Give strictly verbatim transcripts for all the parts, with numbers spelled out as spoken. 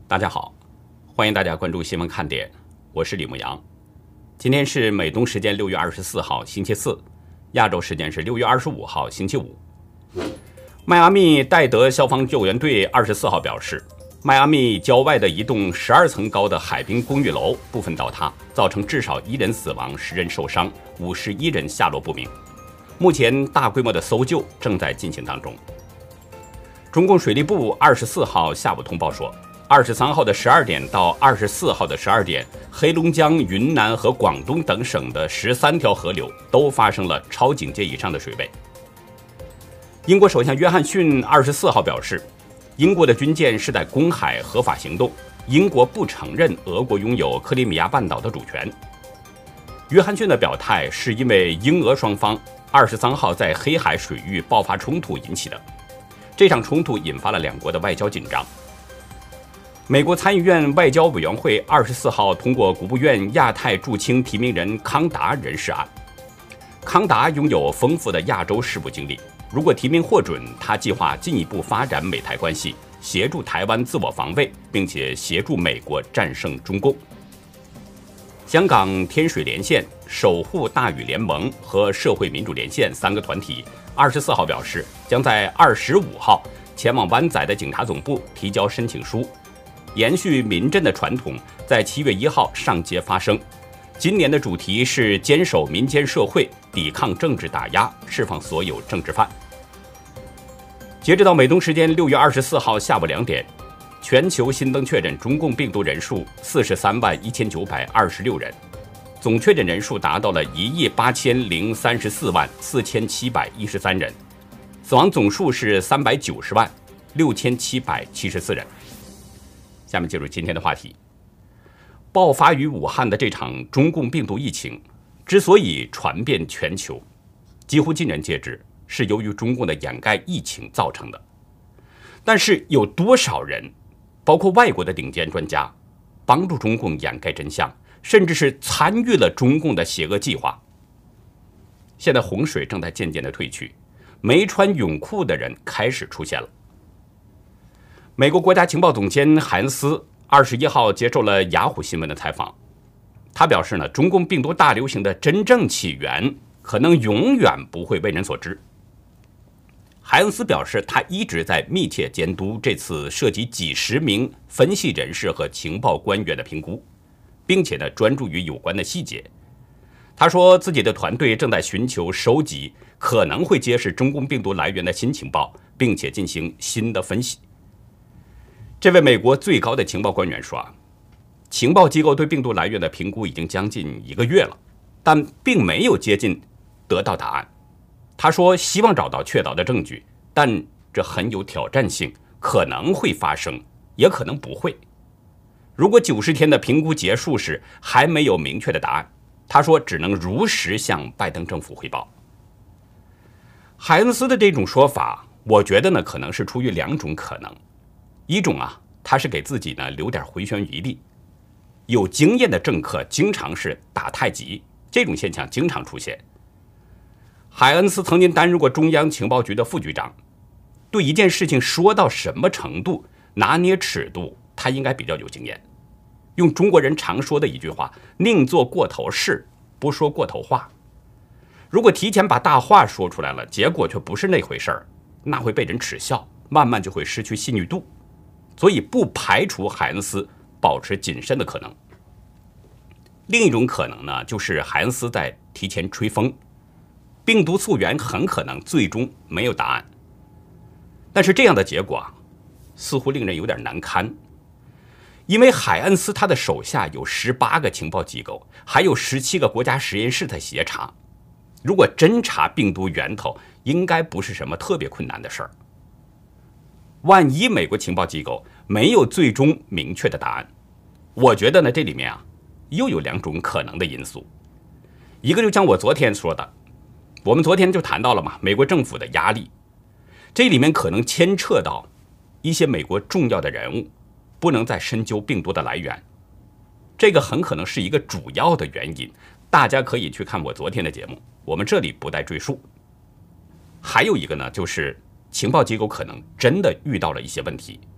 大家好，欢迎大家关注新闻看点，我是李牧阳。今天是美东时间六月二十四号星期四，亚洲时间是六月二十五号星期五。迈阿密戴德消防救援队二十四号表示，迈阿密郊外的一栋十二层高的海滨公寓楼部分倒塌，造成至少一人死亡，十人受伤，五十一人下落不明。目前大规模的搜救正在进行当中。中共水利部二十四号下午通报说，二十三号的十二点到二十四号的十二点，黑龙江、云南和广东等省的十三条河流都发生了超警戒以上的水位。英国首相约翰逊二十四号表示，英国的军舰是在公海合法行动，英国不承认俄国拥有克里米亚半岛的主权。约翰逊的表态是因为英俄双方二十三号在黑海水域爆发冲突引起的，这场冲突引发了两国的外交紧张。美国参议院外交委员会二十四号通过国务院亚太驻青提名人康达人事案。康达拥有丰富的亚洲事务经历，如果提名获准，他计划进一步发展美台关系，协助台湾自我防卫，并且协助美国战胜中共。香港天水连线、守护大屿联盟和社会民主连线三个团体二十四号表示，将在二十五号前往湾仔的警察总部提交申请书，延续民阵的传统，在七月一号上街发声。今年的主题是坚守民间社会，抵抗政治打压，释放所有政治犯。截止到美东时间六月二十四号下午两点，全球新增确诊中共病毒人数四十三万一千九百二十六人，总确诊人数达到了一亿八千零三十四万四千七百一十三人，死亡总数是三百九十万六千七百七十四人。下面进入今天的话题。爆发于武汉的这场中共病毒疫情之所以传遍全球，几乎尽人皆知，是由于中共的掩盖疫情造成的。但是有多少人，包括外国的顶尖专家，帮助中共掩盖真相，甚至是参与了中共的邪恶计划？现在洪水正在渐渐的退去，没穿泳裤的人开始出现了。美国国家情报总监海恩斯二十一号接受了雅虎新闻的采访，他表示呢，中共病毒大流行的真正起源可能永远不会为人所知。海恩斯表示，他一直在密切监督这次涉及几十名分析人士和情报官员的评估，并且呢，专注于有关的细节。他说，自己的团队正在寻求收集可能会揭示中共病毒来源的新情报，并且进行新的分析。这位美国最高的情报官员说啊，情报机构对病毒来源的评估已经将近一个月了，但并没有接近得到答案。他说希望找到确凿的证据，但这很有挑战性，可能会发生，也可能不会。如果九十天的评估结束时还没有明确的答案，他说只能如实向拜登政府汇报。海恩斯的这种说法，我觉得呢，可能是出于两种可能。一种啊，他是给自己呢留点回旋余地。有经验的政客经常是打太极，这种现象经常出现。海恩斯曾经担任过中央情报局的副局长，对一件事情说到什么程度，拿捏尺度，他应该比较有经验。用中国人常说的一句话，宁做过头事，不说过头话。如果提前把大话说出来了，结果却不是那回事儿，那会被人耻笑，慢慢就会失去细腻度。所以不排除海恩斯保持谨慎的可能。另一种可能呢，就是海恩斯在提前吹风，病毒溯源很可能最终没有答案。但是这样的结果啊，似乎令人有点难堪，因为海恩斯他的手下有十八个情报机构，还有十七个国家实验室在协查。如果真查病毒源头，应该不是什么特别困难的事儿。万一美国情报机构没有最终明确的答案，我觉得呢，这里面啊又有两种可能的因素。一个就像我昨天说的，我们昨天就谈到了嘛，美国政府的压力，这里面可能牵扯到一些美国重要的人物不能再深究病毒的来源，这个很可能是一个主要的原因。大家可以去看我昨天的节目，我们这里不再赘述。还有一个呢，就是情报机构可能真的遇到了一些问题，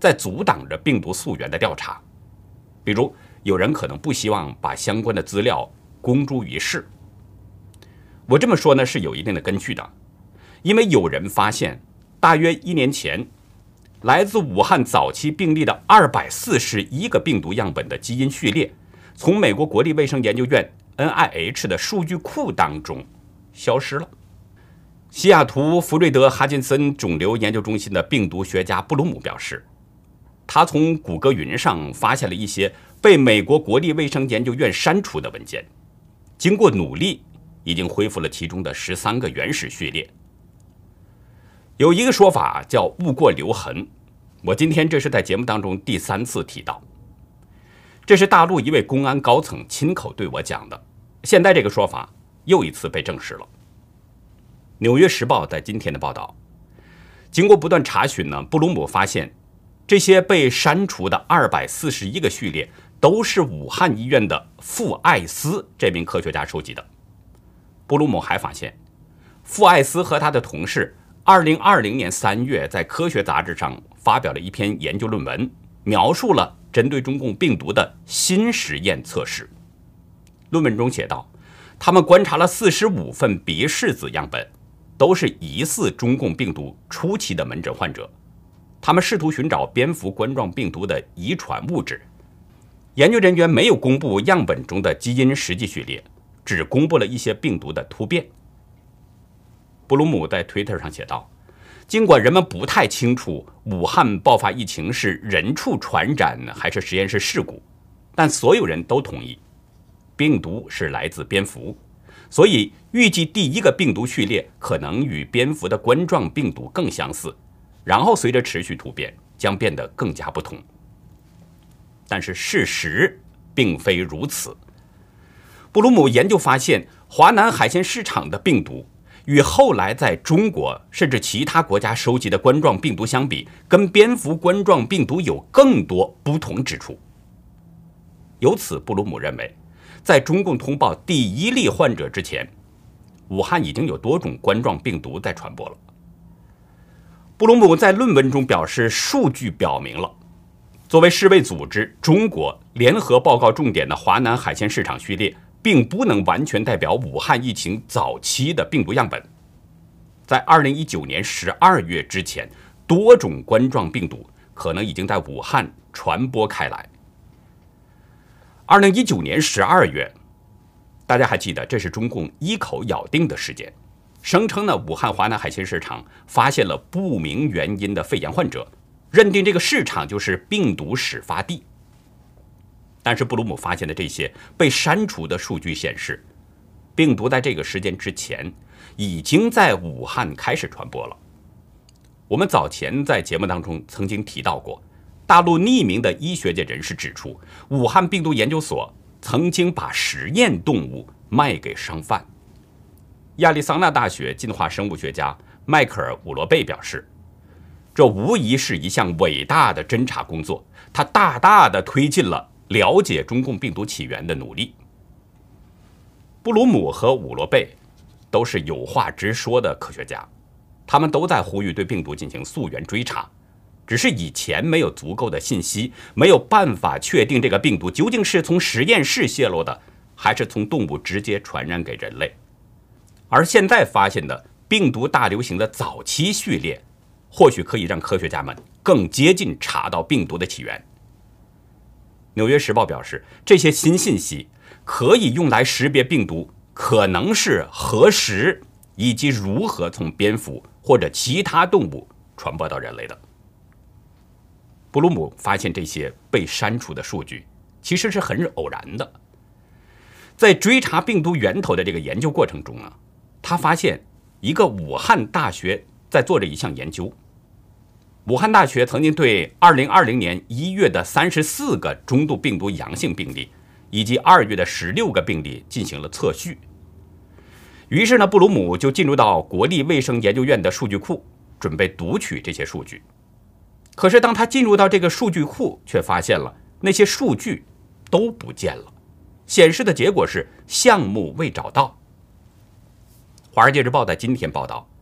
在阻挡着病毒溯源的调查。比如，有人可能不希望把相关的资料公诸于世。我这么说呢，是有一定的根据的，因为有人发现，大约一年前，来自武汉早期病例的二百四十一个病毒样本的基因序列，从美国国立卫生研究院 N I H 的数据库当中消失了。西雅图福瑞德哈金森肿瘤研究中心的病毒学家布鲁姆表示，他从谷歌云上发现了一些被美国国立卫生研究院删除的文件，经过努力，已经恢复了其中的十三个原始序列。有一个说法叫“误过留痕”，我今天这是在节目当中第三次提到，这是大陆一位公安高层亲口对我讲的。现在这个说法又一次被证实了。《纽约时报》在今天的报道，经过不断查询呢，布鲁姆发现这些被删除的二百四十一个序列都是武汉医院的傅艾斯这名科学家收集的。布鲁姆还发现，傅艾斯和他的同事二零二零年三月在科学杂志上发表了一篇研究论文，描述了针对中共病毒的新实验测试。论文中写道，他们观察了四十五份鼻拭子样本，都是疑似中共病毒初期的门诊患者。他们试图寻找蝙蝠冠状病毒的遗传物质。研究人员没有公布样本中的基因实际序列，只公布了一些病毒的突变。布鲁姆在推特上写道，尽管人们不太清楚武汉爆发疫情是人畜传染还是实验室事故，但所有人都同意病毒是来自蝙蝠，所以预计第一个病毒序列可能与蝙蝠的冠状病毒更相似，然后随着持续突变将变得更加不同。但是事实并非如此。布鲁姆研究发现，华南海鲜市场的病毒与后来在中国甚至其他国家收集的冠状病毒相比，跟蝙蝠冠状病毒有更多不同之处。由此，布鲁姆认为，在中共通报第一例患者之前，武汉已经有多种冠状病毒在传播了。布鲁姆在论文中表示，数据表明了，作为世卫组织中国联合报告重点的华南海鲜市场序列，并不能完全代表武汉疫情早期的病毒样本。在二零一九年十二月之前，多种冠状病毒可能已经在武汉传播开来。二零一九年十二月，大家还记得，这是中共一口咬定的事件，声称呢，武汉华南海鲜市场发现了不明原因的肺炎患者，认定这个市场就是病毒始发地。但是布鲁姆发现的这些被删除的数据显示，病毒在这个时间之前已经在武汉开始传播了。我们早前在节目当中曾经提到过，大陆匿名的医学界人士指出，武汉病毒研究所曾经把实验动物卖给商贩。亚利桑那大学进化生物学家迈克尔·伍罗贝表示，这无疑是一项伟大的侦查工作，它大大的推进了了解中共病毒起源的努力。布鲁姆和伍罗贝都是有话直说的科学家，他们都在呼吁对病毒进行溯源追查，只是以前没有足够的信息，没有办法确定这个病毒究竟是从实验室泄露的，还是从动物直接传染给人类。而现在发现的病毒大流行的早期序列，或许可以让科学家们更接近查到病毒的起源。纽约时报表示，这些新信息可以用来识别病毒可能是何时以及如何从蝙蝠或者其他动物传播到人类的。布鲁姆发现这些被删除的数据其实是很偶然的。在追查病毒源头的这个研究过程中啊，他发现一个武汉大学在做着一项研究。武汉大学曾经对二零二零年一月的三十四个中度病毒阳性病例以及二月的十六个病例进行了测序。于是呢，布鲁姆就进入到国立卫生研究院的数据库，准备读取这些数据。可是当他进入到这个数据库，却发现了那些数据都不见了，显示的结果是项目未找到。华尔街日报在今天报道，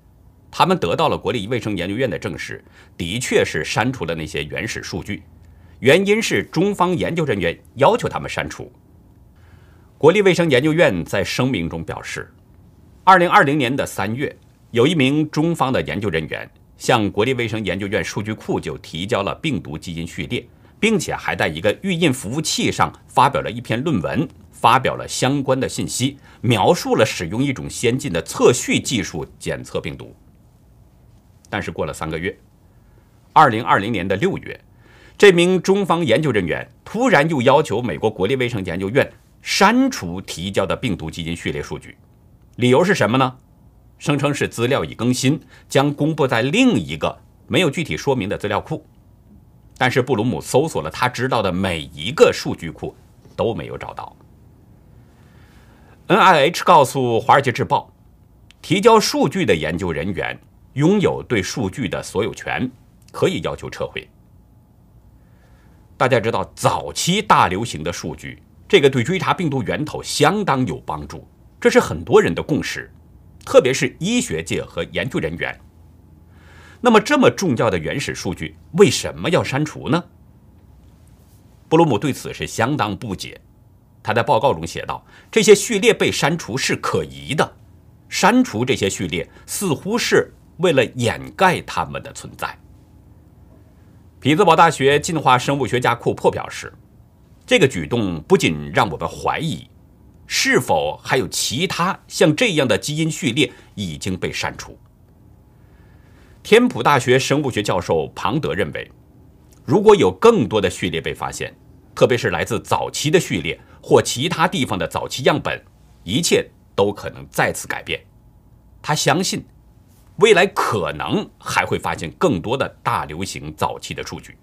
他们得到了国立卫生研究院的证实，的确是删除了那些原始数据，原因是中方研究人员要求他们删除。国立卫生研究院在声明中表示，二零二零年的三月，有一名中方的研究人员向国立卫生研究院数据库就提交了病毒基因序列，并且还在一个预印服务器上发表了一篇论文，发表了相关的信息，描述了使用一种先进的测序技术检测病毒。但是过了三个月，二零二零年的六月，这名中方研究人员突然又要求美国国立卫生研究院删除提交的病毒基因序列数据，理由是什么呢？声称是资料已更新，将公布在另一个没有具体说明的资料库。但是布鲁姆搜索了他知道的每一个数据库，都没有找到。N I H 告诉《华尔街日报》，提交数据的研究人员拥有对数据的所有权，可以要求撤回。大家知道，早期大流行的数据，这个对追查病毒源头相当有帮助，这是很多人的共识，特别是医学界和研究人员。那么这么重要的原始数据为什么要删除呢？布鲁姆对此是相当不解。他在报告中写道，这些序列被删除是可疑的，删除这些序列似乎是为了掩盖它们的存在。匹兹堡大学进化生物学家库珀表示，这个举动不仅让我们怀疑是否还有其他像这样的基因序列已经被删除。天普大学生物学教授庞德认为，如果有更多的序列被发现，特别是来自早期的序列或其他地方的早期样本，一切都可能再次改变。他相信未来可能还会发现更多的大流行早期的数据。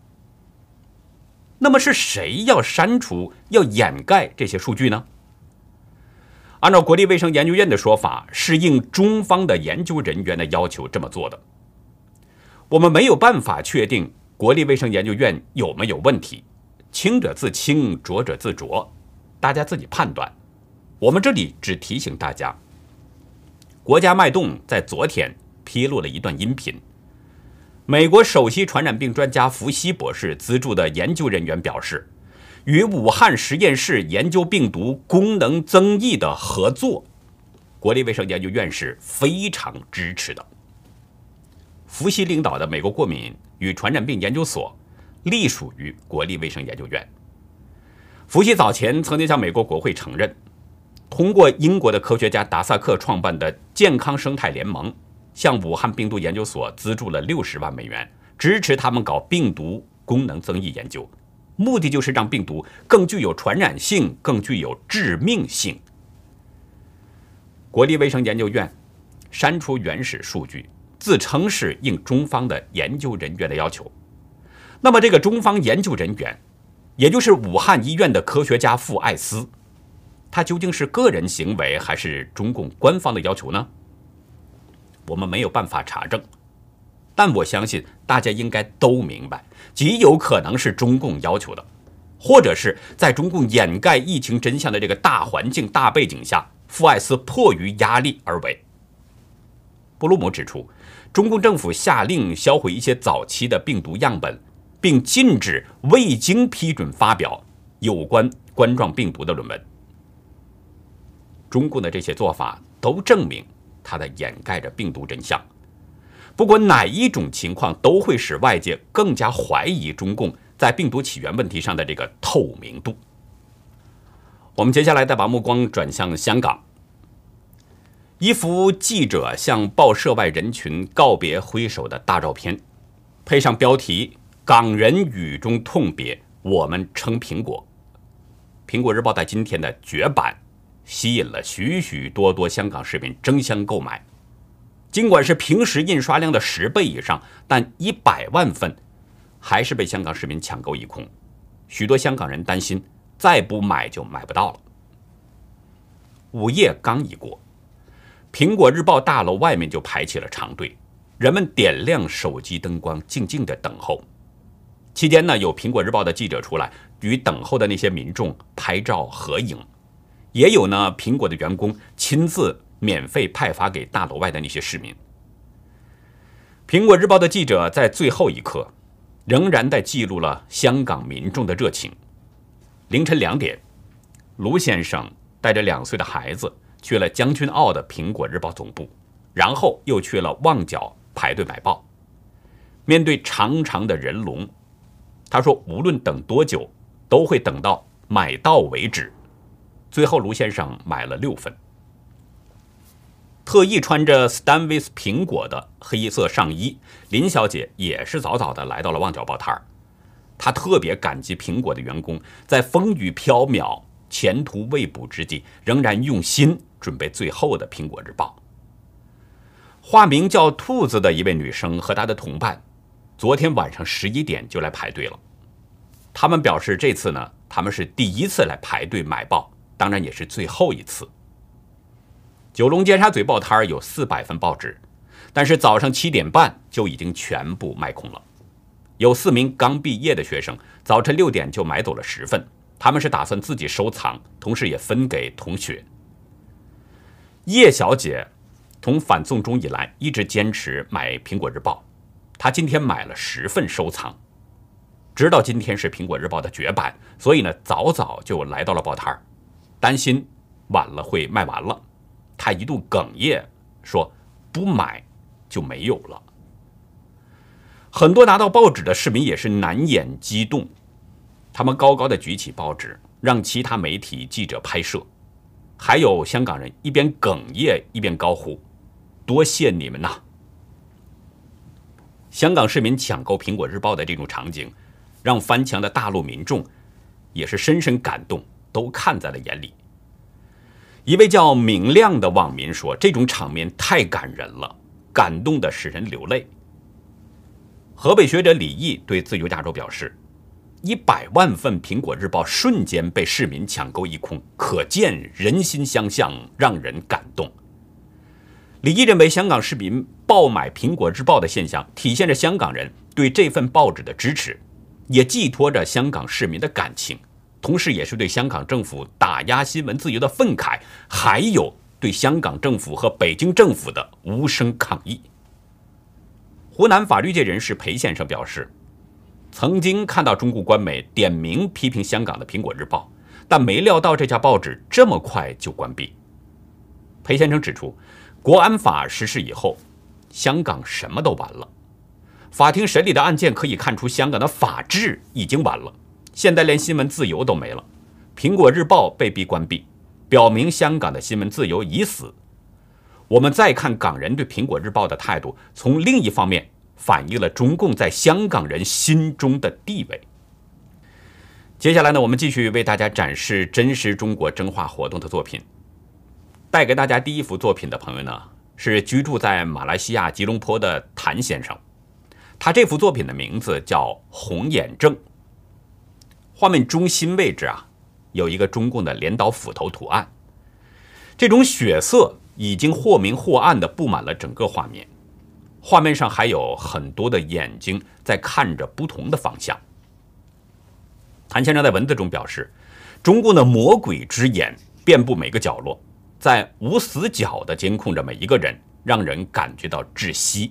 那么是谁要删除、要掩盖这些数据呢？按照国立卫生研究院的说法，是应中方的研究人员的要求这么做的。我们没有办法确定国立卫生研究院有没有问题，清者自清，浊者自浊，大家自己判断。我们这里只提醒大家，国家脉动在昨天披露了一段音频。美国首席传染病专家福西博士资助的研究人员表示，与武汉实验室研究病毒功能增益的合作，国立卫生研究院是非常支持的。福西领导的美国过敏与传染病研究所隶属于国立卫生研究院。福西早前曾经向美国国会承认，通过英国的科学家达萨克创办的健康生态联盟，向武汉病毒研究所资助了六十万美元，支持他们搞病毒功能增益研究，目的就是让病毒更具有传染性，更具有致命性。国立卫生研究院删除原始数据，自称是应中方的研究人员的要求。那么这个中方研究人员，也就是武汉医院的科学家傅艾斯，他究竟是个人行为还是中共官方的要求呢？我们没有办法查证，但我相信大家应该都明白，极有可能是中共要求的，或者是在中共掩盖疫情真相的这个大环境、大背景下，傅艾斯迫于压力而为。布鲁姆指出，中共政府下令销毁一些早期的病毒样本，并禁止未经批准发表有关冠状病毒的论文。中共的这些做法都证明它在掩盖着病毒真相。不过哪一种情况都会使外界更加怀疑中共在病毒起源问题上的这个透明度。我们接下来再把目光转向香港。一幅记者向报社外人群告别挥手的大照片，配上标题“港人雨中痛别，我们撑苹果”。苹果日报在今天的绝版吸引了许许多多香港市民争相购买。尽管是平时印刷量的十倍以上，但一百万份还是被香港市民抢购一空。许多香港人担心再不买就买不到了。午夜刚一过，苹果日报大楼外面就排起了长队，人们点亮手机灯光，静静地等候。期间呢，有苹果日报的记者出来与等候的那些民众拍照合影，也有呢苹果的员工亲自免费派发给大楼外的那些市民。 苹果日报的记者在最后一刻仍然在记录了香港民众的热情。凌晨两点，卢先生带着两岁的孩子去了将军澳的苹果日报总部，然后又去了旺角排队买报。面对长长的人龙，他说无论等多久都会等到买到为止。最后卢先生买了六份。特意穿着 Stand with 苹果的黑色上衣，林小姐也是早早的来到了旺角报摊儿。她特别感激苹果的员工在风雨飘渺、前途未卜之际，仍然用心准备最后的苹果日报。化名叫兔子的一位女生和她的同伴，昨天晚上十一点就来排队了。他们表示，这次呢，他们是第一次来排队买报，当然也是最后一次。九龙尖沙咀报摊有四百份报纸，但是早上七点半就已经全部卖空了。有四名刚毕业的学生，早晨六点就买走了十份，他们是打算自己收藏，同时也分给同学。叶小姐从反送中以来一直坚持买苹果日报，她今天买了十份收藏。知道今天是苹果日报的绝版，所以呢早早就来到了报摊，担心晚了会卖完了。他一度哽咽说：“不买就没有了。”很多拿到报纸的市民也是难掩激动，他们高高的举起报纸，让其他媒体记者拍摄。还有香港人一边哽咽一边高呼：“多谢你们呐！”香港市民抢购苹果日报的这种场景，让翻墙的大陆民众也是深深感动，都看在了眼里。一位叫明亮的网民说：“这种场面太感人了，感动的使人流泪。”河北学者李毅对自由亚洲表示：“一百万份苹果日报瞬间被市民抢购一空，可见人心相向，让人感动。”李毅认为，香港市民爆买苹果日报的现象，体现着香港人对这份报纸的支持，也寄托着香港市民的感情。同时也是对香港政府打压新闻自由的愤慨，还有对香港政府和北京政府的无声抗议。湖南法律界人士裴先生表示，曾经看到中共官媒点名批评香港的苹果日报，但没料到这家报纸这么快就关闭。裴先生指出，国安法实施以后，香港什么都完了。法庭审理的案件可以看出，香港的法治已经完了。现在连新闻自由都没了，苹果日报被逼关闭，表明香港的新闻自由已死。我们再看港人对苹果日报的态度，从另一方面反映了中共在香港人心中的地位。接下来呢，我们继续为大家展示真实中国真话活动的作品。带给大家第一幅作品的朋友呢，是居住在马来西亚吉隆坡的谭先生，他这幅作品的名字叫红眼症。画面中心位置啊，有一个中共的镰刀斧头图案，这种血色已经或明或暗地布满了整个画面。画面上还有很多的眼睛在看着不同的方向。谭先生在文字中表示，中共的魔鬼之眼遍布每个角落，在无死角地监控着每一个人，让人感觉到窒息。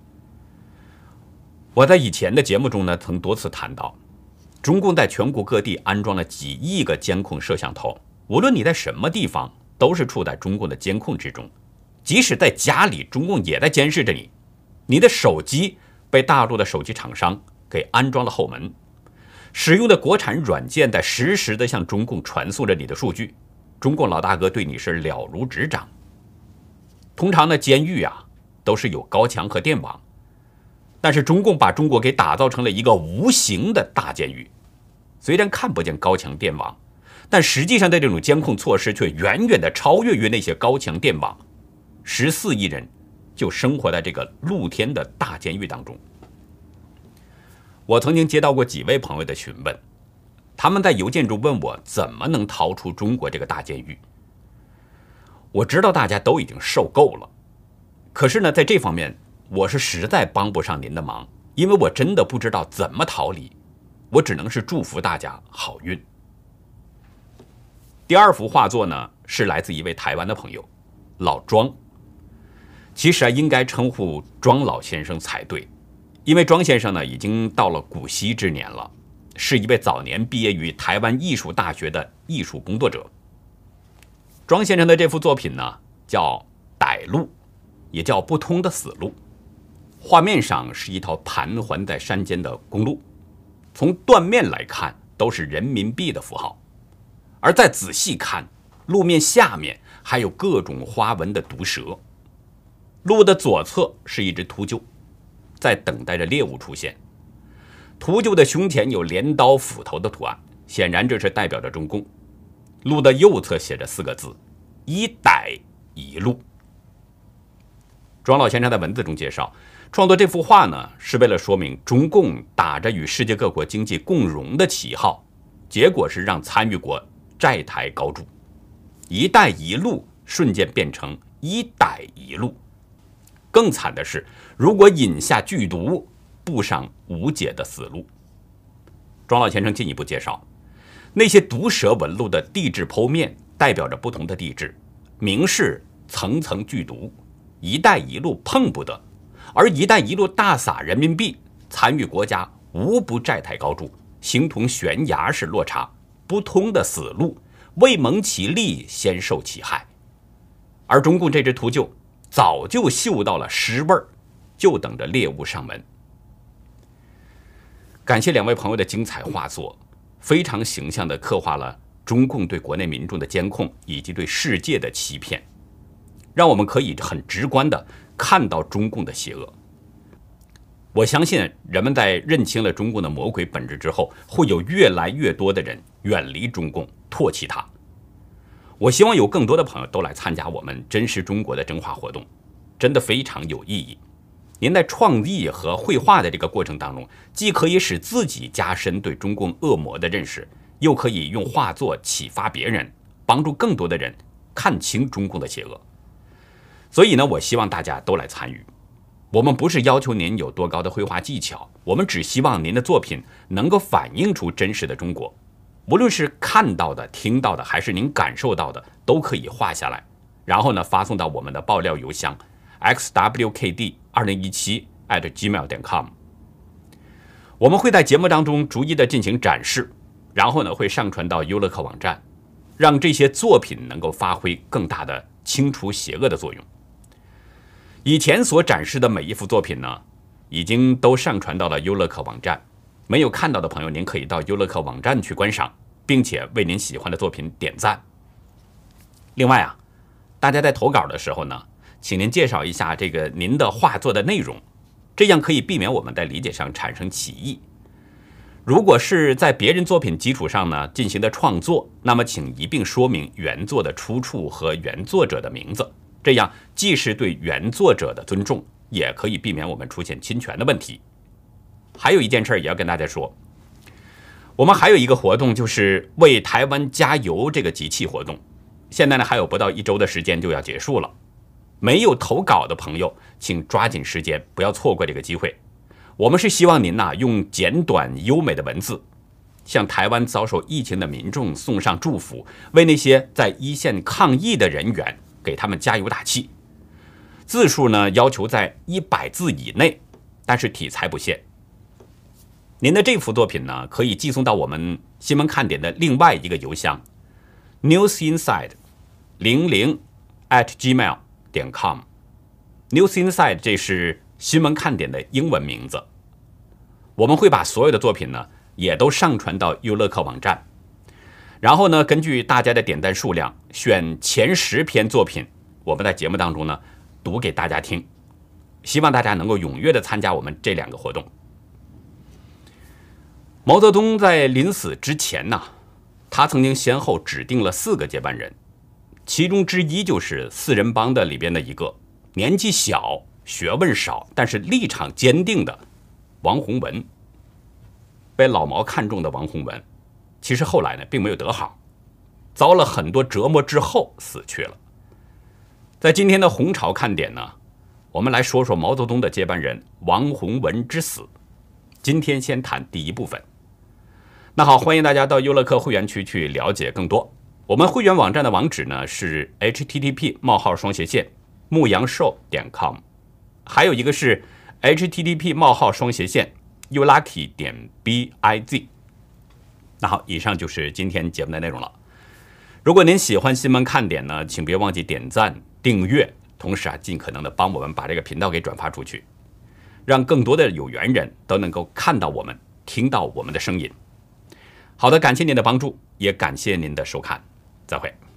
我在以前的节目中呢，曾多次谈到，中共在全国各地安装了几亿个监控摄像头，无论你在什么地方，都是处在中共的监控之中。即使在家里，中共也在监视着你。你的手机被大陆的手机厂商给安装了后门，使用的国产软件在实时的向中共传送着你的数据，中共老大哥对你是了如指掌。通常的监狱啊，都是有高墙和电网，但是中共把中国给打造成了一个无形的大监狱。虽然看不见高墙电网，但实际上的这种监控措施却远远的超越于那些高墙电网。十四亿人就生活在这个露天的大监狱当中。我曾经接到过几位朋友的询问，他们在邮件中问我怎么能逃出中国这个大监狱。我知道大家都已经受够了，可是呢，在这方面我是实在帮不上您的忙，因为我真的不知道怎么逃离，我只能是祝福大家好运。第二幅画作呢，是来自一位台湾的朋友老庄。 其实啊，应该称呼庄老先生才对，因为庄先生呢已经到了古稀之年了，是一位早年毕业于台湾艺术大学的艺术工作者。庄先生的这幅作品呢叫《歹路》，也叫不通的死路。画面上是一条盘桓在山间的公路，从断面来看都是人民币的符号，而再仔细看，路面下面还有各种花纹的毒蛇。路的左侧是一只秃鹫，在等待着猎物出现。秃鹫的胸前有镰刀斧头的图案，显然这是代表着中共。路的右侧写着四个字：一歹一路。庄老先生在文字中介绍，创作这幅画呢，是为了说明中共打着与世界各国经济共荣的旗号，结果是让参与国债台高筑，一带一路瞬间变成一歹一路。更惨的是，如果饮下剧毒，步上无解的死路。庄老先生进一步介绍，那些毒蛇纹路的地质剖面代表着不同的地质，明示层层剧毒，一带一路碰不得，而一带一路大撒人民币，参与国家无不债台高筑，形同悬崖式落差，不通的死路，未蒙其利先受其害。而中共这只秃鹫早就嗅到了尸味儿，就等着猎物上门。感谢两位朋友的精彩画作，非常形象地刻画了中共对国内民众的监控以及对世界的欺骗，让我们可以很直观地看到中共的邪恶。我相信人们在认清了中共的魔鬼本质之后，会有越来越多的人远离中共，唾弃它。我希望有更多的朋友都来参加我们真实中国的真画活动，真的非常有意义。您在创意和绘画的这个过程当中，既可以使自己加深对中共恶魔的认识，又可以用画作启发别人，帮助更多的人看清中共的邪恶。所以呢，我希望大家都来参与。我们不是要求您有多高的绘画技巧，我们只希望您的作品能够反映出真实的中国。无论是看到的、听到的，还是您感受到的，都可以画下来，然后呢发送到我们的爆料邮箱 x w k d 二零一七 at gmail 点 com。我们会在节目当中逐一的进行展示，然后呢会上传到优乐客网站，让这些作品能够发挥更大的清除邪恶的作用。以前所展示的每一幅作品呢，已经都上传到了优乐客网站。没有看到的朋友，您可以到优乐客网站去观赏，并且为您喜欢的作品点赞。另外啊，大家在投稿的时候呢，请您介绍一下这个您的画作的内容，这样可以避免我们在理解上产生歧义。如果是在别人作品基础上呢进行的创作，那么请一并说明原作的出处和原作者的名字，这样既是对原作者的尊重，也可以避免我们出现侵权的问题。还有一件事也要跟大家说，我们还有一个活动，就是为台湾加油这个集气活动，现在呢还有不到一周的时间就要结束了。没有投稿的朋友，请抓紧时间，不要错过这个机会。我们是希望您呐、啊、用简短优美的文字，向台湾遭受疫情的民众送上祝福，为那些在一线抗疫的人员给他们加油打气。字数呢要求在一百字以内，但是题材不限。您的这幅作品呢，可以寄送到我们新闻看点的另外一个邮箱 newsinside 零零 at gmail 点 com。newsinside 这是新闻看点的英文名字。我们会把所有的作品呢，也都上传到优乐客网站，然后呢，根据大家的点赞数量，选前十篇作品，我们在节目当中呢读给大家听。希望大家能够踊跃的参加我们这两个活动。毛泽东在临死之前呢，他曾经先后指定了四个接班人，其中之一就是四人帮的里边的一个年纪小、学问少，但是立场坚定的王洪文。被老毛看中的王洪文，其实后来呢并没有得好，遭了很多折磨之后死去了。在今天的红潮看点呢，我们来说说毛泽东的接班人王洪文之死。今天先谈第一部分。那好，欢迎大家到优乐客会员区去了解更多。我们会员网站的网址呢是 h t t p 冒号双斜线牧羊兽点 com， 还有一个是 h t t p 冒号双斜线 youlucky 点 biz。那好，以上就是今天节目的内容了。如果您喜欢新闻看点呢，请别忘记点赞、订阅，同时啊，尽可能的帮我们把这个频道给转发出去，让更多的有缘人都能够看到我们、听到我们的声音。好的，感谢您的帮助，也感谢您的收看，再会。